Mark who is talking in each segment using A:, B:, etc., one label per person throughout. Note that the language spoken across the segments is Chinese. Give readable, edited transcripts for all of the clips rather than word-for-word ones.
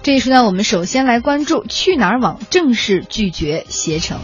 A: 这一时段我们首先来关注去哪儿网正式拒绝携程。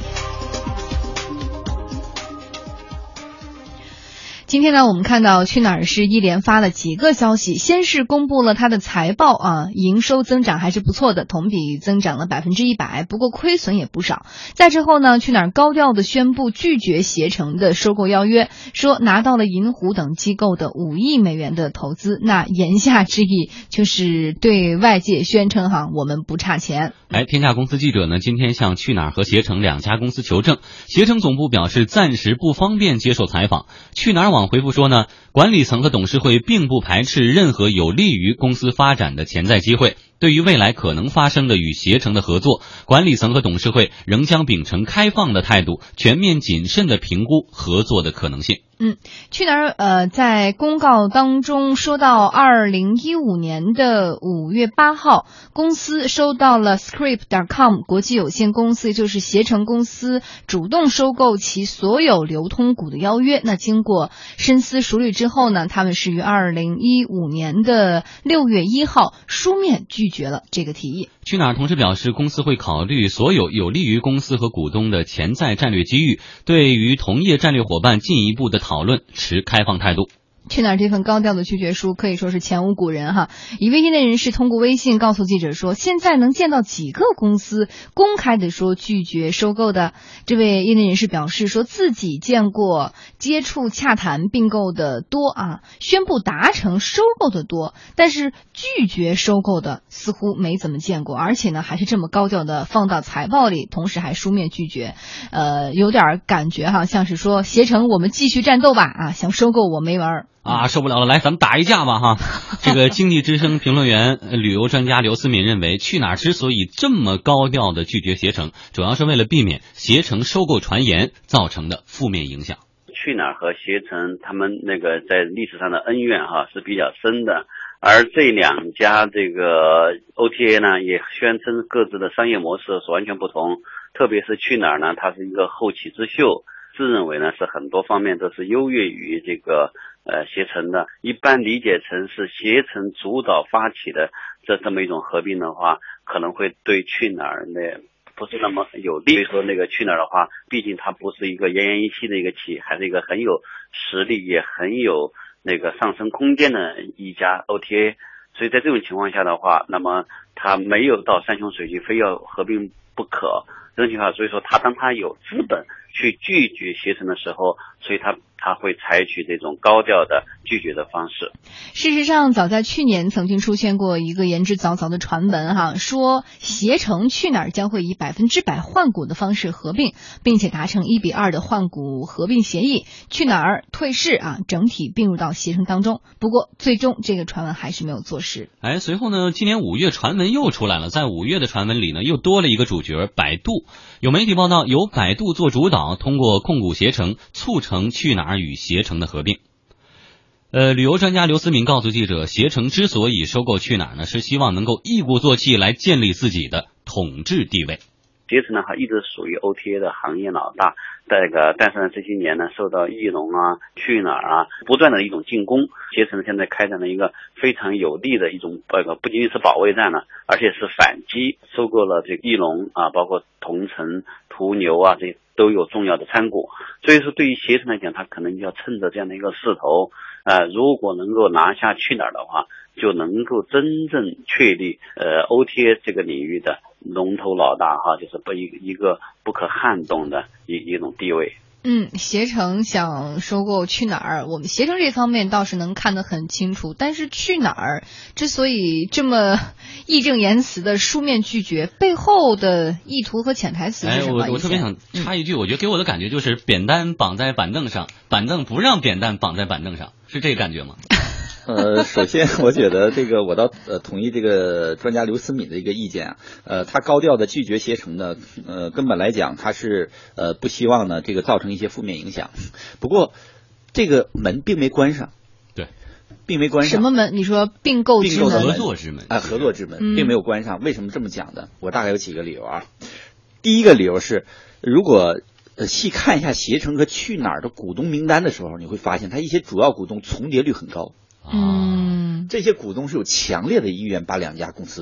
A: 今天呢，我们看到去哪儿是一连发了几个消息，先是公布了它的财报营收增长还是不错的，同比增长了100%，不过亏损也不少。再之后呢，去哪儿高调的宣布拒绝携程的收购邀约，说拿到了银湖等机构的5亿美元的投资，那言下之意就是对外界宣称我们不差钱。
B: 天下公司记者呢今天向去哪儿和携程2家公司求证，携程总部表示暂时不方便接受采访。去哪儿网回复说呢，管理层和董事会并不排斥任何有利于公司发展的潜在机会，对于未来可能发生的与携程的合作，管理层和董事会仍将秉承开放的态度，全面谨慎地评估合作的可能性。
A: 去哪儿在公告当中说到2015年的5月8号，公司收到了 Scrip.com 国际有限公司，也就是携程公司主动收购其所有流通股的邀约。那经过深思熟虑之后呢，他们是于2015年的6月1号书面拒绝了这个提议。
B: 去哪儿同时表示，公司会考虑所有有利于公司和股东的潜在战略机遇，对于同业战略伙伴进一步的讨论持开放态度。
A: 去哪儿这份高调的拒绝书可以说是前无古人一位业内人士通过微信告诉记者说，现在能见到几个公司公开的说拒绝收购的。这位业内人士表示说，自己见过接触洽谈并购的多宣布达成收购的多，但是拒绝收购的似乎没怎么见过，而且呢还是这么高调的放到财报里，同时还书面拒绝。有点感觉像是说，携程我们继续战斗吧想收购我没玩
B: 受不了了，来咱们打一架吧这个经济之声评论员、旅游专家刘思敏认为，去哪儿之所以这么高调的拒绝携程，主要是为了避免携程收购传言造成的负面影响。
C: 去哪儿和携程他们那个在历史上的恩怨是比较深的，而这2家这个 OTA 呢也宣称各自的商业模式是完全不同，特别是去哪儿呢，它是一个后起之秀，自认为呢是很多方面都是优越于这个携程的，一般理解成是携程主导发起的这么一种合并的话，可能会对去哪儿呢不是那么有利。所以说那个去哪儿的话，毕竟它不是一个奄奄一息的一个企业，还是一个很有实力也很有那个上升空间的一家 OTA， 所以在这种情况下的话，那么它没有到山穷水尽非要合并不可这种情况，所以说当他有资本去拒绝携程的时候，所以他会采取这种高调的拒绝的方式。
A: 事实上，早在去年曾经出现过一个言之凿凿的传闻说携程去哪儿将会以100%换股的方式合并，并且达成1:2的换股合并协议，去哪儿退市整体并入到携程当中。不过最终这个传闻还是没有坐实。
B: 随后呢，今年5月传闻又出来了，在5月的传闻里呢，又多了一个主角百度。有媒体报道，由百度做主导，通过控股携程，促成去哪儿与携程的合并。旅游专家刘思敏告诉记者，携程之所以收购去哪儿呢，是希望能够一鼓作气来建立自己的统治地位。
C: 携程呢，它一直属于 OTA 的行业老大，但是呢，这些年呢，受到翼龙去哪儿不断的一种进攻，携程现在开展了一个非常有力的一种不仅仅是保卫战而且是反击，收购了这个翼龙包括同城、途牛这些都有重要的参股。所以说对于携程来讲，它可能要趁着这样的一个势头如果能够拿下去哪儿的话，就能够真正确立OTA 这个领域的龙头老大就是一个不可撼动的一种地位。
A: 携程想收购去哪儿，我们携程这方面倒是能看得很清楚，但是去哪儿之所以这么义正言辞的书面拒绝，背后的意图和潜台词是什么？
B: 我特别想插一句，我觉得给我的感觉就是扁担绑在板凳上，板凳不让扁担绑在板凳上，是这个感觉吗？
D: 首先我觉得这个我倒同意这个专家刘思敏的一个意见他高调的拒绝携程呢，根本来讲他是不希望呢这个造成一些负面影响。不过这个门并没关上，
B: 对，
D: 并没关上。
A: 什么门？你说并购之门？
B: 合作之门
D: 合作之门并没有关上。为什么这么讲呢？我大概有几个理由第一个理由是，如果细看一下携程和去哪儿的股东名单的时候，你会发现它一些主要股东重叠率很高。这些股东是有强烈的意愿把2家公司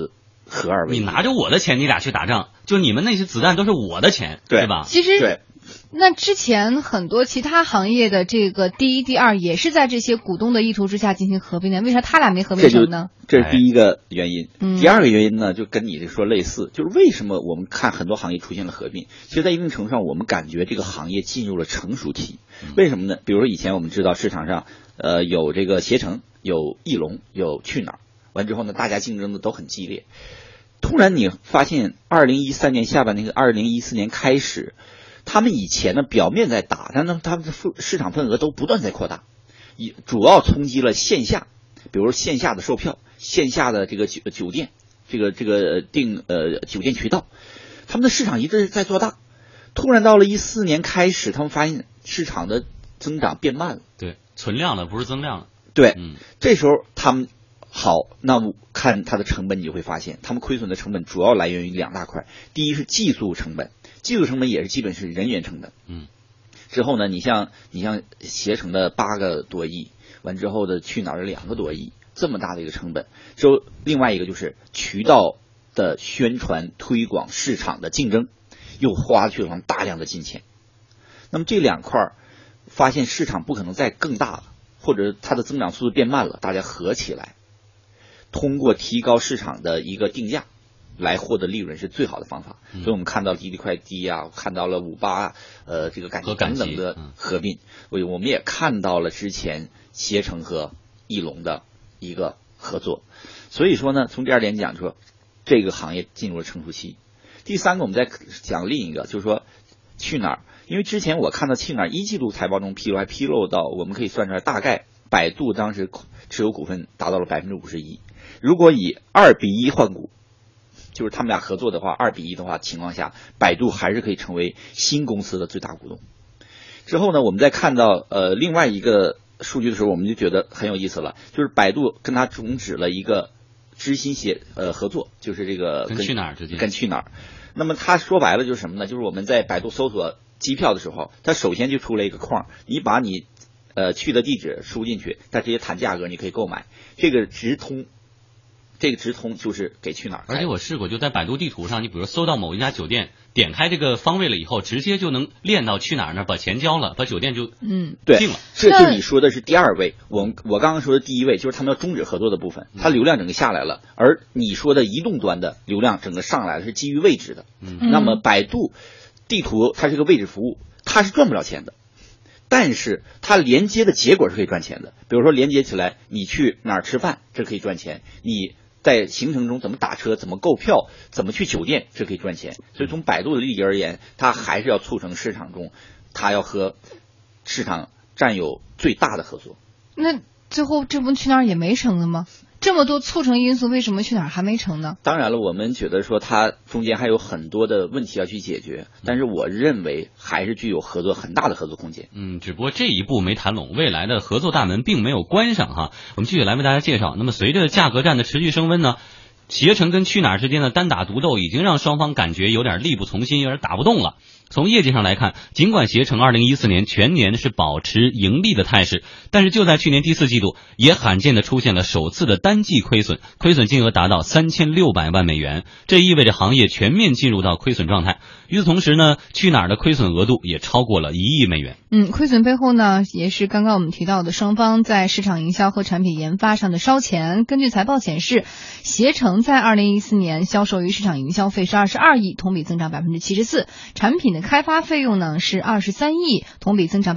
D: 合二为一。
B: 你拿着我的钱，你俩去打仗，就你们那些子弹都是我的钱，对吧？
A: 其实
D: 对。
A: 那之前很多其他行业的这个第一、第二也是在这些股东的意图之下进行合并的，为啥他俩没合并成呢？
D: 这是第一个原因。第二个原因呢，就跟你这说类似，就是为什么我们看很多行业出现了合并，其实在一定程度上我们感觉这个行业进入了成熟期。为什么呢？比如说以前我们知道市场上有这个携程，有翼龙，有去哪儿，完之后呢大家竞争的都很激烈。突然你发现2013年下半年2014年开始，他们以前呢表面在打，但是他们的市场份额都不断在扩大，主要冲击了线下，比如说线下的售票、线下的这个酒店，这个酒店渠道，他们的市场一直在做大。突然到了14年开始，他们发现市场的增长变慢了，
B: 对，存量了不是增量了。
D: 对，这时候他们那么看它的成本，你就会发现他们亏损的成本主要来源于2大块。第一是技术成本，技术成本也是基本是人员成本。之后呢，你像携程的8个多亿，完之后的去哪儿的2个多亿，这么大的一个成本。之后另外一个就是渠道的宣传推广、市场的竞争，又花去了大量的金钱。那么这2块发现市场不可能再更大了，或者它的增长速度变慢了，大家合起来，通过提高市场的一个定价来获得利润是最好的方法。所以我们看到滴滴快滴啊，看到了58这个赶集等等的合并，我们也看到了之前携程和翼龙的一个合作。所以说呢，从第2点讲说，这个行业进入了成熟期。第3个我们再讲另一个，就是说去哪儿。因为之前我看到去哪儿1季度财报中还披露到，我们可以算出来大概百度当时持有股份达到了51%。如果以2:1换股，就是他们俩合作的话，2:1的话情况下，百度还是可以成为新公司的最大股东。之后呢，我们再看到另外一个数据的时候，我们就觉得很有意思了，就是百度跟他终止了一个知心合作，就是这个
B: 跟去哪儿之间，
D: 跟去哪儿。那么他说白了就是什么呢？就是我们在百度搜索机票的时候，它首先就出了一个框，你把你去的地址输进去，它直接谈价格，你可以购买。这个直通就是给去哪儿。
B: 而且我试过，就在百度地图上，你比如搜到某一家酒店，点开这个方位了以后，直接就能链到去哪儿那儿，把钱交了，把酒店就定了。
D: 这就你说的是第2位，我刚刚说的第1位就是他们要终止合作的部分，它流量整个下来了，而你说的移动端的流量整个上来了，是基于位置的。那么百度地图它是个位置服务，它是赚不了钱的，但是它连接的结果是可以赚钱的。比如说连接起来，你去哪儿吃饭，这可以赚钱；你在行程中怎么打车、怎么购票、怎么去酒店，这可以赚钱。所以从百度的利益而言，它还是要促成市场中，它要和市场占有最大的合作。
A: 那最后这不去哪儿也没成了吗？这么多促成因素，为什么去哪儿还没成呢？
D: 当然了，我们觉得说它中间还有很多的问题要去解决，但是我认为还是具有很大的合作空间。
B: 只不过这一步没谈拢，未来的合作大门并没有关上哈。我们继续来为大家介绍。那么随着价格战的持续升温呢，携程跟去哪儿之间的单打独斗已经让双方感觉有点力不从心，有点打不动了。从业绩上来看，尽管携程2014年全年是保持盈利的态势，但是就在去年第4季度，也罕见的出现了首次的单季亏损，亏损金额达到3600万美元，这意味着行业全面进入到亏损状态。与此同时呢，去哪儿的亏损额度也超过了1亿美元。
A: 亏损背后呢，也是刚刚我们提到的双方在市场营销和产品研发上的烧钱。根据财报显示，携程在2014年销售与市场营销费是22亿，同比增长74%，产品的开发费用呢是23亿，同比增长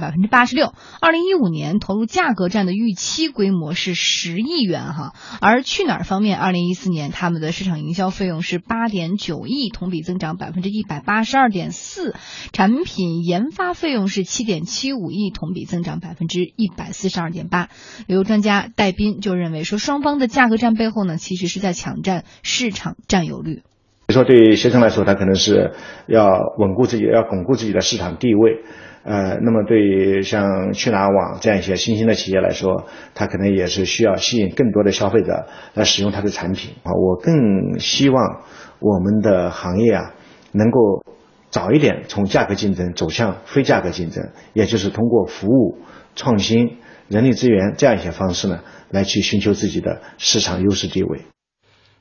A: 86%。2015年投入价格战的预期规模是10亿元哈，而去哪儿方面，2014年他们的市场营销费用是8.9亿，同比增长182.4%，产品研发费用是7.75亿，同比增长142.8%。有专家戴斌就认为说，双方的价格战背后呢，其实是在抢占市场占有率。
E: 说对携程来说，它可能是要巩固自己的市场地位。那么对于像去哪儿网这样一些新兴的企业来说，它可能也是需要吸引更多的消费者来使用它的产品。我更希望我们的行业能够早一点从价格竞争走向非价格竞争，也就是通过服务创新、人力资源这样一些方式呢，来去寻求自己的市场优势地位。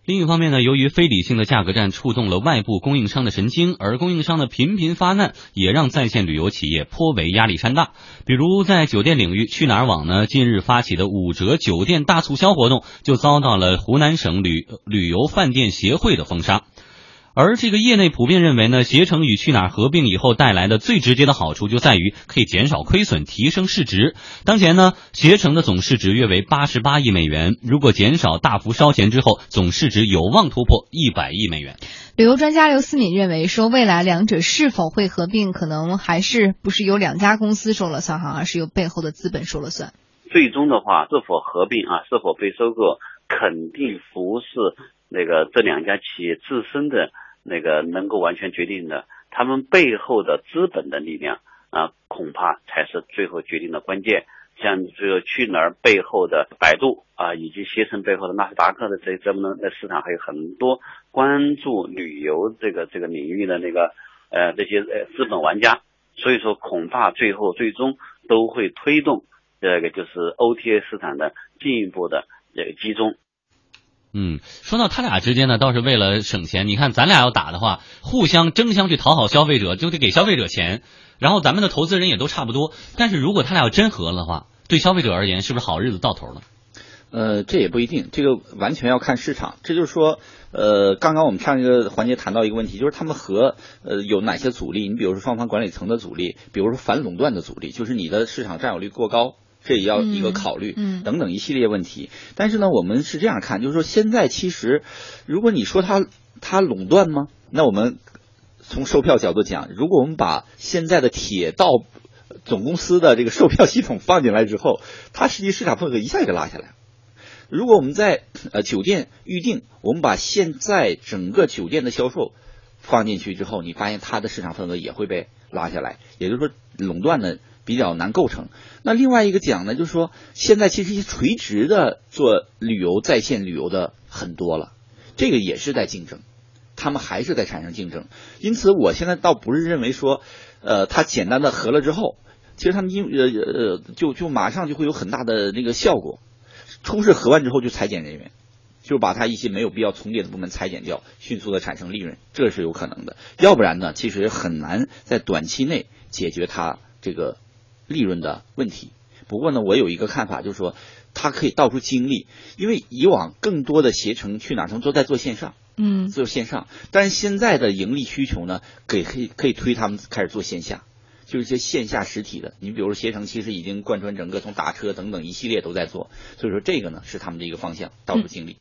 B: 另一方面呢，由于非理性的价格战触动了外部供应商的神经，而供应商的频频发难，也让在线旅游企业颇为压力山大。比如在酒店领域，去哪儿网呢近日发起的5折酒店大促销活动，就遭到了湖南省旅游饭店协会的封杀。而这个业内普遍认为呢，携程与去哪儿合并以后带来的最直接的好处就在于可以减少亏损，提升市值。当前呢，携程的总市值约为88亿美元，如果减少大幅烧钱之后，总市值有望突破100亿美元。
A: 旅游专家刘思敏认为说，未来两者是否会合并，可能还是不是由2家公司说了算哈，而是由背后的资本说了算。
C: 最终的话，是否合并是否被收购，肯定不是这2家企业自身的能够完全决定的，他们背后的资本的力量恐怕才是最后决定的关键。像这个去哪儿背后的百度以及携程背后的纳斯达克的这么的市场，还有很多关注旅游这个领域的这些资本玩家，所以说恐怕最终都会推动就是 OTA 市场的进一步的集中。
B: 说到他俩之间呢，倒是为了省钱，你看咱俩要打的话，互相争相去讨好消费者，就得给消费者钱，然后咱们的投资人也都差不多。但是如果他俩要真合了的话，对消费者而言是不是好日子到头了？
D: 这也不一定，这个完全要看市场。这就是说，刚刚我们上一个环节谈到一个问题，就是他们有哪些阻力？你比如说双方管理层的阻力，比如说反垄断的阻力，就是你的市场占有率过高，这也要一个考虑，等等一系列问题。但是呢，我们是这样看，就是说现在其实，如果你说它垄断吗？那我们从售票角度讲，如果我们把现在的铁道总公司的这个售票系统放进来之后，它实际市场份额一下就给拉下来了。如果我们在酒店预订，我们把现在整个酒店的销售放进去之后，你发现它的市场份额也会被拉下来，也就是说垄断呢比较难构成。那另外一个讲呢，就是说现在其实一些垂直的做旅游在线旅游的很多了，这个也是在竞争，他们还是在产生竞争。因此我现在倒不是认为说它简单的合了之后，其实他们就马上就会有很大的那个效果。初试合完之后就裁减人员，就把它一些没有必要重叠的部门裁减掉，迅速的产生利润，这是有可能的。要不然呢，其实很难在短期内解决它这个利润的问题。不过呢，我有一个看法，就是说它可以倒出精力，因为以往更多的携程去哪儿城都在做线上，做线上，但是现在的盈利需求呢，可以推他们开始做线下。就是一些线下实体的，你比如说携程其实已经贯穿整个从打车等等一系列都在做，所以说这个呢是他们的一个方向，倒出精力。